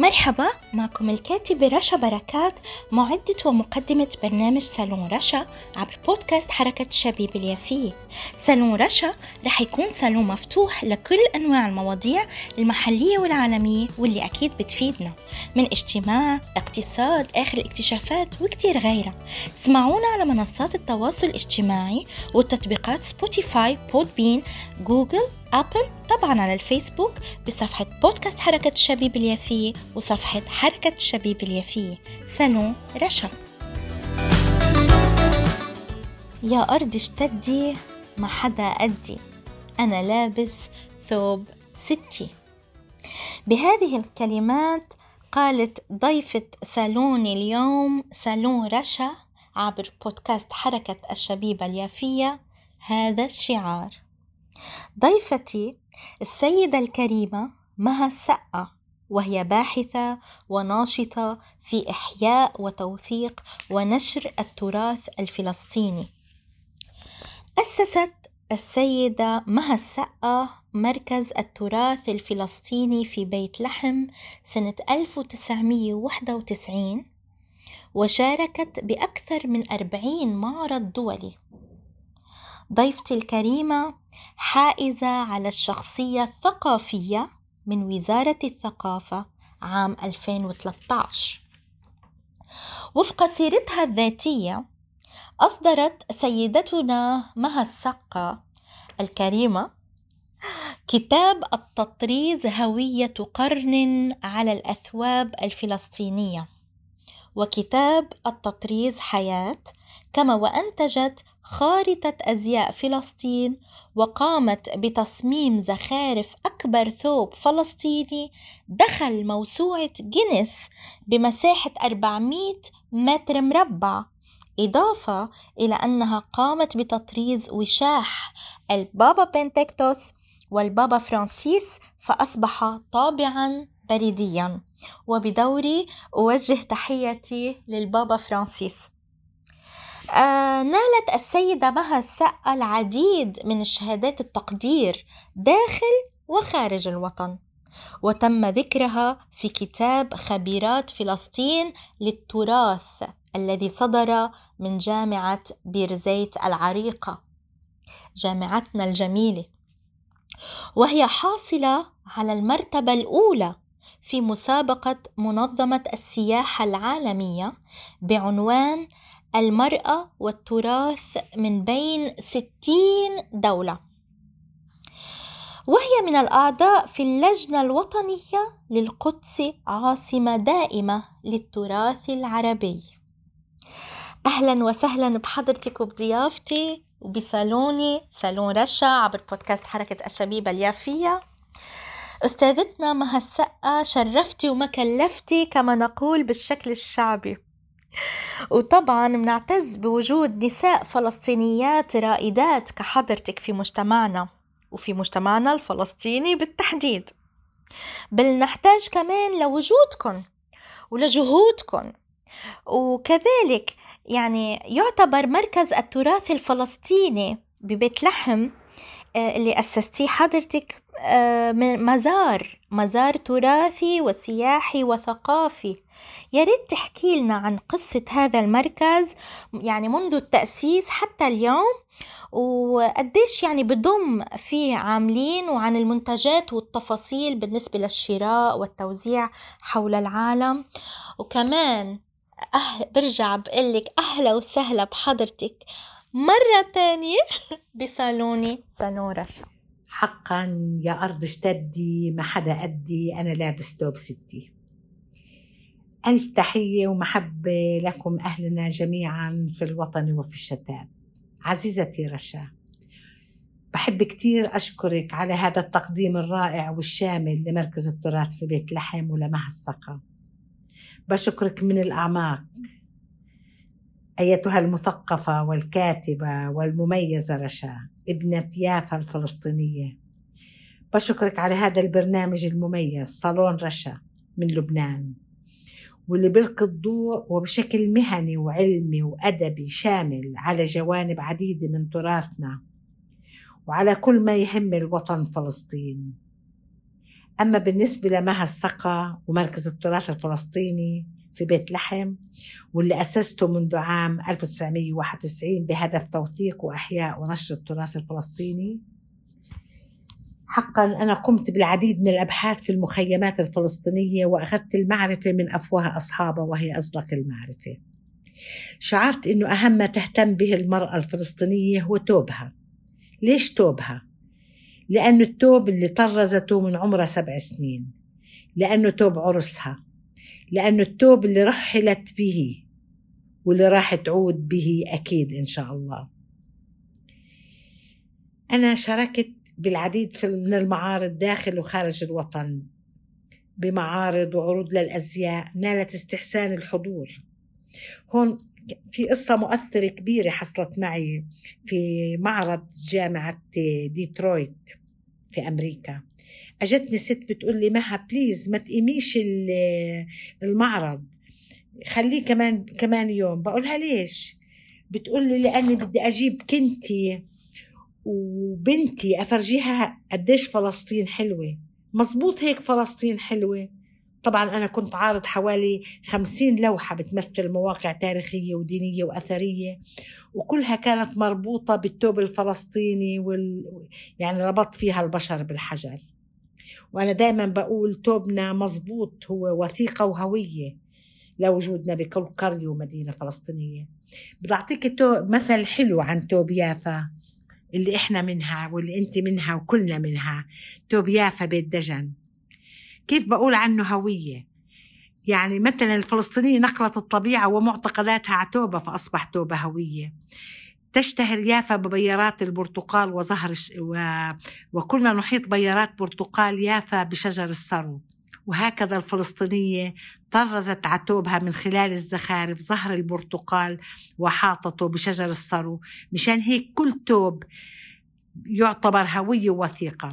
مرحبا، معكم الكاتبة رشا بركات، معدة ومقدمة برنامج صالون رشا عبر بودكاست حركة الشبيب اليافية. صالون رشا رح يكون صالون مفتوح لكل أنواع المواضيع المحلية والعالمية واللي أكيد بتفيدنا، من اجتماع، اقتصاد، آخر الاكتشافات وكتير غيرها. اسمعونا على منصات التواصل الاجتماعي والتطبيقات سبوتيفاي، بودبين، جوجل، أبل، طبعا على الفيسبوك بصفحة بودكاست حركة الشبيب اليافية وصفحة حركة الشبيب اليافية. صالون رشا. يا أرض اشتدي ما حدا أدي، أنا لابس ثوب ستي. بهذه الكلمات قالت ضيفة صالوني اليوم صالون رشا عبر بودكاست حركة الشبيب اليافية هذا الشعار. ضيفتي السيدة الكريمة مها السقا، وهي باحثة وناشطة في إحياء وتوثيق ونشر التراث الفلسطيني. أسست السيدة مها السقا مركز التراث الفلسطيني في بيت لحم سنة 1991، وشاركت بأكثر من 40 معرض دولي. ضيفتي الكريمة حائزة على الشخصية الثقافية من وزارة الثقافة عام 2013. وفق سيرتها الذاتية، أصدرت سيدتنا مها السقا الكريمة كتاب التطريز هوية قرن على الأثواب الفلسطينية، وكتاب التطريز حياة، كما وأنتجت خارطة أزياء فلسطين، وقامت بتصميم زخارف أكبر ثوب فلسطيني دخل موسوعة جينيس بمساحة 400 متر مربع، إضافة إلى أنها قامت بتطريز وشاح البابا بنتكتوس والبابا فرانسيس فأصبح طابعاً بريدياً. وبدوري أوجه تحياتي للبابا فرانسيس. نالت السيدة مها السقا العديد من الشهادات التقدير داخل وخارج الوطن، وتم ذكرها في كتاب خبيرات فلسطين للتراث الذي صدر من جامعة بيرزيت العريقة، جامعتنا الجميلة، وهي حاصلة على المرتبة الأولى في مسابقة منظمة السياحة العالمية بعنوان المرأة والتراث من بين 60 دولة، وهي من الأعضاء في اللجنة الوطنية للقدس عاصمة دائمة للتراث العربي. أهلا وسهلا بحضرتك وبضيافتي وبصالوني صالون رشا عبر بودكاست حركة الشبيب اليافية. أستاذتنا مها السقا، شرفتي وما كلفتي كما نقول بالشكل الشعبي، وطبعا بنعتز بوجود نساء فلسطينيات رائدات كحضرتك في مجتمعنا وفي مجتمعنا الفلسطيني بالتحديد، بل نحتاج كمان لوجودكم ولجهودكم. وكذلك يعني يعتبر مركز التراث الفلسطيني ببيت لحم اللي أسستيه حضرتك مزار تراثي وسياحي وثقافي. يا ريت تحكي لنا عن قصة هذا المركز، يعني منذ التأسيس حتى اليوم، وقديش يعني بضم فيه عاملين، وعن المنتجات والتفاصيل بالنسبة للشراء والتوزيع حول العالم. وكمان برجع بقلك أهلا وسهلا بحضرتك مرة تانية بصالوني صالون رشا. حقا يا أرض اشتدي ما حدا أدي، أنا لابس ثوب ستي. ألف تحية ومحبة لكم أهلنا جميعا في الوطن وفي الشتات. عزيزتي رشا، بحب كتير أشكرك على هذا التقديم الرائع والشامل لمركز التراث في بيت لحم ولمها السقا. بشكرك من الأعماق أيتها المثقفة والكاتبة والمميزة رشا ابنة يافا الفلسطينية. بشكرك على هذا البرنامج المميز صالون رشا من لبنان، واللي بيلقي الضوء وبشكل مهني وعلمي وأدبي شامل على جوانب عديدة من تراثنا وعلى كل ما يهم الوطن فلسطين. أما بالنسبة لمعهد الثقة ومركز التراث الفلسطيني في بيت لحم، واللي أسسته منذ عام 1991 بهدف توثيق وأحياء ونشر التراث الفلسطيني، حقا أنا قمت بالعديد من الأبحاث في المخيمات الفلسطينية وأخذت المعرفة من أفواه أصحابها وهي أصدق المعرفة. شعرت أنه أهم ما تهتم به المرأة الفلسطينية هو توبها. ليش توبها؟ لأنه التوب اللي طرزته من عمرها 7 سنين، لأنه توب عرسها، لأنه التوب اللي رحلت به واللي راح تعود به أكيد إن شاء الله. أنا شاركت بالعديد من المعارض داخل وخارج الوطن، بمعارض وعروض للأزياء نالت استحسان الحضور. هون في قصة مؤثرة كبيرة حصلت معي في معرض جامعة ديترويت في أمريكا. أجتني ست بتقول لي مها بليز ما تقيميش المعرض، خليه كمان يوم. بقولها ليش؟ بتقول لي لأني بدي أجيب كنتي وبنتي أفرجيها قديش فلسطين حلوة. مزبوط هيك فلسطين حلوة. طبعا أنا كنت عارض حوالي 50 لوحة بتمثل مواقع تاريخية ودينية وأثرية، وكلها كانت مربوطة بالتوب الفلسطيني يعني ربط فيها البشر بالحجر. وأنا دائما بقول توبنا مزبوط هو وثيقة وهوية لوجودنا بكل قرية ومدينة فلسطينية. بدي مثل حلو عن توب يافا اللي إحنا منها واللي أنت منها وكلنا منها. توب يافا بيت دجن كيف بقول عنه هوية؟ يعني مثلا الفلسطينية نقلت الطبيعة ومعتقداتها على توبة فأصبح توبة هوية. تشتهر يافا ببيارات البرتقال وكلنا نحيط بيارات برتقال يافا بشجر السرو. وهكذا الفلسطينية طرزت عتوبها من خلال الزخارف زهر البرتقال وحاطته بشجر السرو. مشان هيك كل توب يعتبر هوية وثيقة.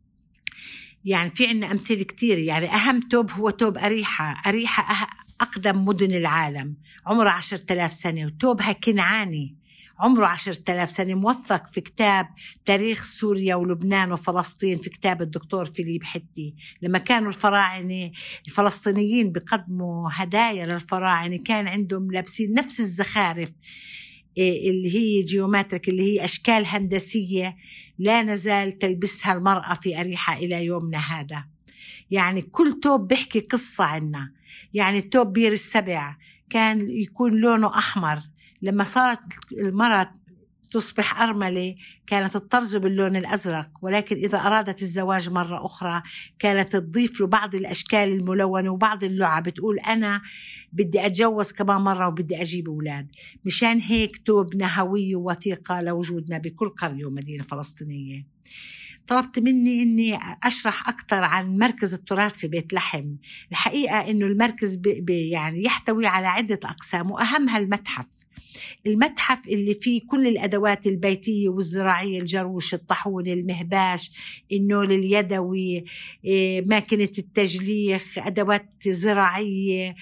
يعني في عنا أمثلة كتير. يعني أهم توب هو توب أريحة. أقدم مدن العالم، عمره 10,000 سنة، وتوبها كنعاني عمره 10,000 سنة، موثق في كتاب تاريخ سوريا ولبنان وفلسطين في كتاب الدكتور فيليب حتي. لما كانوا الفراعنة الفلسطينيين بيقدموا هدايا للفراعنة كان عندهم لابسين نفس الزخارف اللي هي جيومتريك، اللي هي أشكال هندسية لا نزال تلبسها المرأة في أريحة إلى يومنا هذا. يعني كل توب بيحكي قصة عنا. يعني التوب بير السبع كان يكون لونه أحمر، لما صارت المرأة تصبح أرملة كانت تطرزه باللون الأزرق، ولكن إذا أرادت الزواج مرة أخرى كانت تضيف له بعض الأشكال الملونة وبعض اللعب، بتقول أنا بدي أتجوز كمان مرة وبدي أجيب أولاد. مشان هيك توبنا هوية وثيقة لوجودنا بكل قرية ومدينة فلسطينية. طلبت مني أني أشرح أكثر عن مركز التراث في بيت لحم. الحقيقة أنه المركز يعني يحتوي على عدة أقسام، وأهمها المتحف اللي فيه كل الأدوات البيتية والزراعية، الجروش، الطاحون، المهباش، النول اليدوي، ماكينة التجليخ، أدوات زراعية،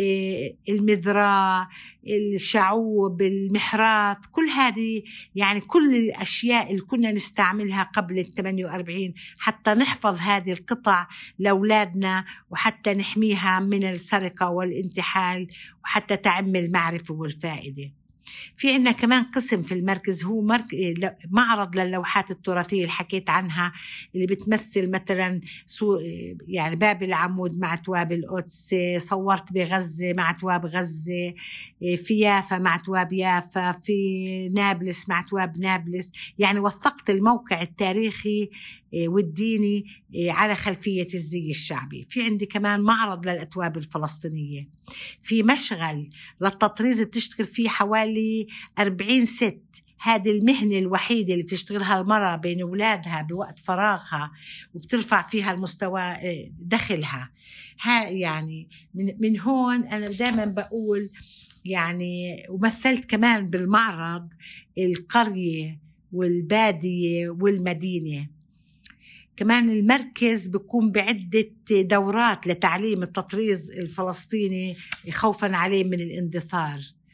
المذراة، الشعوب، المحرات، كل هذه يعني كل الأشياء اللي كنا نستعملها قبل 48 حتى نحفظ هذه القطع لأولادنا وحتى نحميها من السرقة والانتحال وحتى تعم المعرفة والفائدة. في عنا كمان قسم في المركز هو معرض للوحات التراثية اللي حكيت عنها، اللي بتمثل مثلا يعني باب العمود مع تواب القدس، صورت بغزة مع تواب غزة، في يافا مع تواب يافا، في نابلس مع تواب نابلس. يعني وثقت الموقع التاريخي والديني على خلفية الزي الشعبي. في عندي كمان معرض للأتواب الفلسطينية، في مشغل للتطريز بتشتغل فيه حوالي 40 ست. هذه المهنة الوحيدة اللي بتشتغلها المرأة بين أولادها بوقت فراغها وبترفع فيها المستوى دخلها. يعني من هون أنا دائما بقول يعني، ومثلت كمان بالمعرض القرية والبادية والمدينة. كمان المركز بيقوم بعدة دورات لتعليم التطريز الفلسطيني خوفا عليه من الاندثار.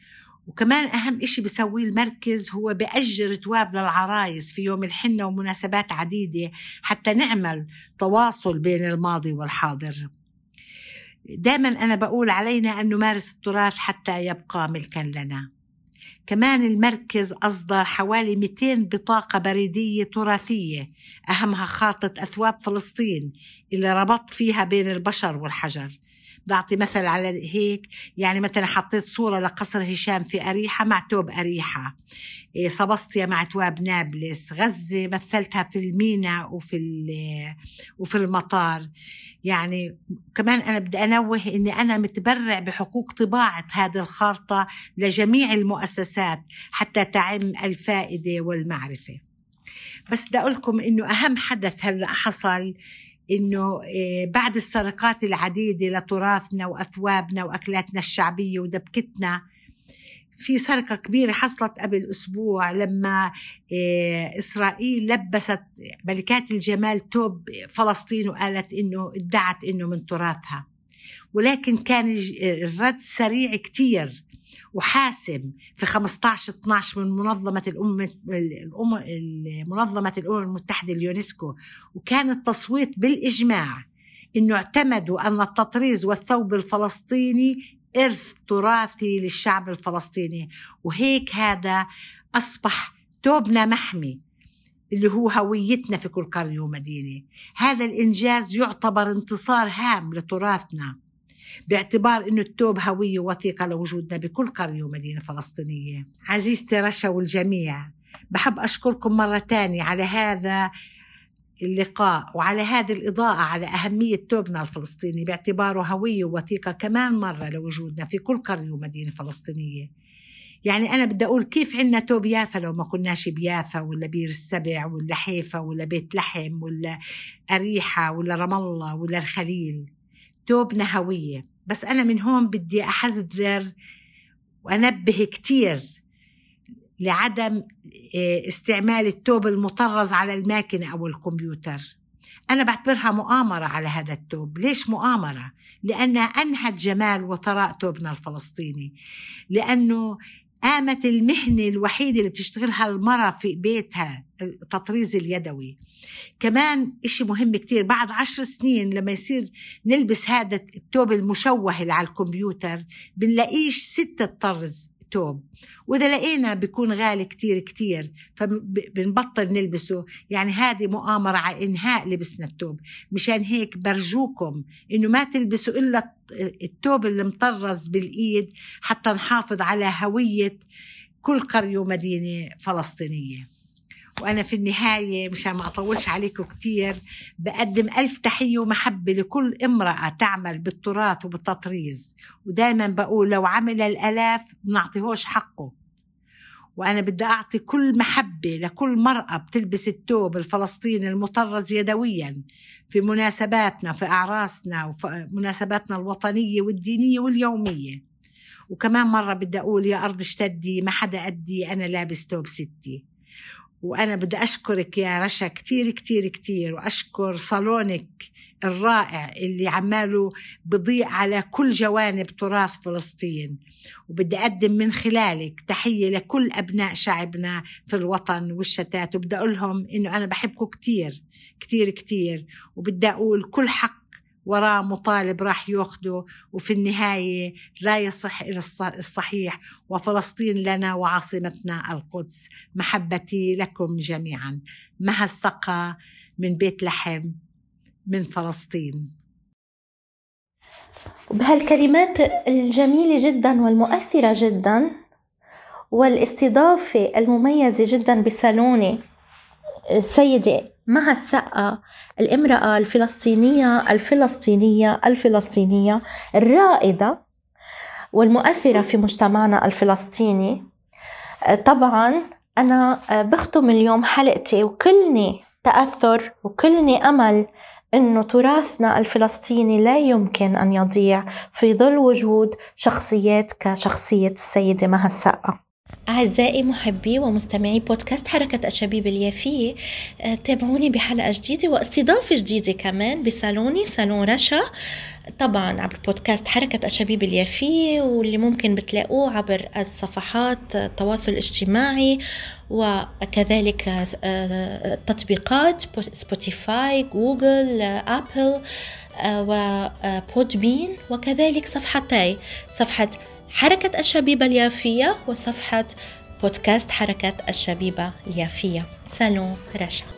وكمان أهم إشي بيسويه المركز هو بأجر تواب للعرايس في يوم الحنة ومناسبات عديدة حتى نعمل تواصل بين الماضي والحاضر. دائما أنا بقول علينا أن نمارس التراث حتى يبقى ملكا لنا. كمان المركز أصدر حوالي 200 بطاقة بريدية تراثية، أهمها خارطة أثواب فلسطين اللي ربط فيها بين البشر والحجر. بعطي مثل على هيك، يعني مثلا حطيت صورة لقصر هشام في أريحة مع توب أريحة، صبستيا مع تواب نابلس، غزة مثلتها في المينا وفي المطار. يعني كمان أنا بدي أنوه إني أنا متبرع بحقوق طباعة هذه الخارطة لجميع المؤسسات حتى تعم الفائدة والمعرفة. بس بدي أقولكم إنه أهم حدث هلأ حصل، إنه بعد السرقات العديدة لتراثنا وأثوابنا وأكلاتنا الشعبية ودبكتنا، في سرقة كبيرة حصلت قبل أسبوع لما إسرائيل لبست ملكات الجمال توب فلسطين وقالت إنه ادعت إنه من تراثها، ولكن كان الرد سريع كتير وحاسم في 15/12 من منظمة الأمم المتحدة اليونسكو، وكان التصويت بالإجماع إنه اعتمدوا أن التطريز والثوب الفلسطيني إرث تراثي للشعب الفلسطيني، وهيك هذا أصبح توبنا محمي اللي هو هويتنا في كل قرية ومدينة. هذا الإنجاز يعتبر انتصار هام لتراثنا، باعتبار إنه التوب هوية وثيقة لوجودنا بكل قرية ومدينة فلسطينية. عزيزتي رشا والجميع، بحب أشكركم مرة تانية على هذا اللقاء وعلى هذه الإضاءة على أهمية توبنا الفلسطيني باعتباره هوية وثيقة كمان مرة لوجودنا في كل قرية ومدينة فلسطينية. يعني أنا بدي أقول كيف عنا توب يافا لو ما كناش بيافا ولا بير السبع ولا حيفا ولا بيت لحم ولا أريحة ولا رام الله ولا الخليل. توبنا هوية. بس أنا من هون بدي أحذر وأنبه كتير لعدم استعمال التوب المطرز على الماكينة أو الكمبيوتر. أنا بعتبرها مؤامرة على هذا التوب. ليش مؤامرة؟ لأنها أنهت جمال وثراء توبنا الفلسطيني، لأنه قامت المهنة الوحيدة اللي بتشتغلها المرأة في بيتها التطريز اليدوي. كمان إشي مهم كتير، بعد 10 سنين لما يصير نلبس هذا التوب المشوه اللي على الكمبيوتر بنلاقيش 6 طرز توب، وإذا لقينا بيكون غالي كتير كتير فبنبطل نلبسه. يعني هذه مؤامرة على إنهاء لبسنا التوب. مشان هيك برجوكم إنه ما تلبسوا إلا التوب اللي مطرز بالإيد حتى نحافظ على هوية كل قرية ومدينة فلسطينية. وأنا في النهاية مشان ما أطولش عليكم كتير بقدم ألف تحية ومحبة لكل امرأة تعمل بالتراث وبالتطريز، ودايما بقول لو عمل الألاف بنعطيهوش حقه. وأنا بدي أعطي كل محبة لكل مرأة بتلبس التوب الفلسطيني المطرز يدويا في مناسباتنا، في أعراسنا وفي مناسباتنا الوطنية والدينية واليومية. وكمان مرة بدي أقول يا أرض اشتدي ما حدا قدي، أنا لابس توب ستي. وأنا بدي أشكرك يا رشا كتير كتير كتير، وأشكر صالونك الرائع اللي عماله بضيء على كل جوانب تراث فلسطين. وبدي أقدم من خلالك تحية لكل أبناء شعبنا في الوطن والشتات، وبدي أقولهم إنه أنا بحبكم كتير كتير كتير، وبدي أقول كل حق وراه مطالب راح يأخده، وفي النهاية لا يصح إلى الصحيح، وفلسطين لنا وعاصمتنا القدس. محبتي لكم جميعا. مها السقا من بيت لحم من فلسطين. وبهالكلمات الجميلة جدا والمؤثرة جدا والاستضافة المميزة جدا بصالوني السيدة مها السقا، الامرأة الفلسطينية الرائدة والمؤثرة في مجتمعنا الفلسطيني. طبعا أنا بختم اليوم حلقتي وكلني تأثر وكلني أمل إنه تراثنا الفلسطيني لا يمكن أن يضيع في ظل وجود شخصيات كشخصية السيدة مها السقا. أعزائي محبي ومستمعي بودكاست حركة الشبيب اليافية، تابعوني بحلقة جديدة واستضافة جديدة كمان بصالوني صالون رشا، طبعا عبر بودكاست حركة الشبيب اليافية، واللي ممكن بتلاقوه عبر الصفحات التواصل الاجتماعي وكذلك تطبيقات سبوتيفاي، جوجل، أبل وبودبين، وكذلك صفحتي صفحة حركة الشبيبة اليافية وصفحة بودكاست حركة الشبيبة اليافية. سالون رشا.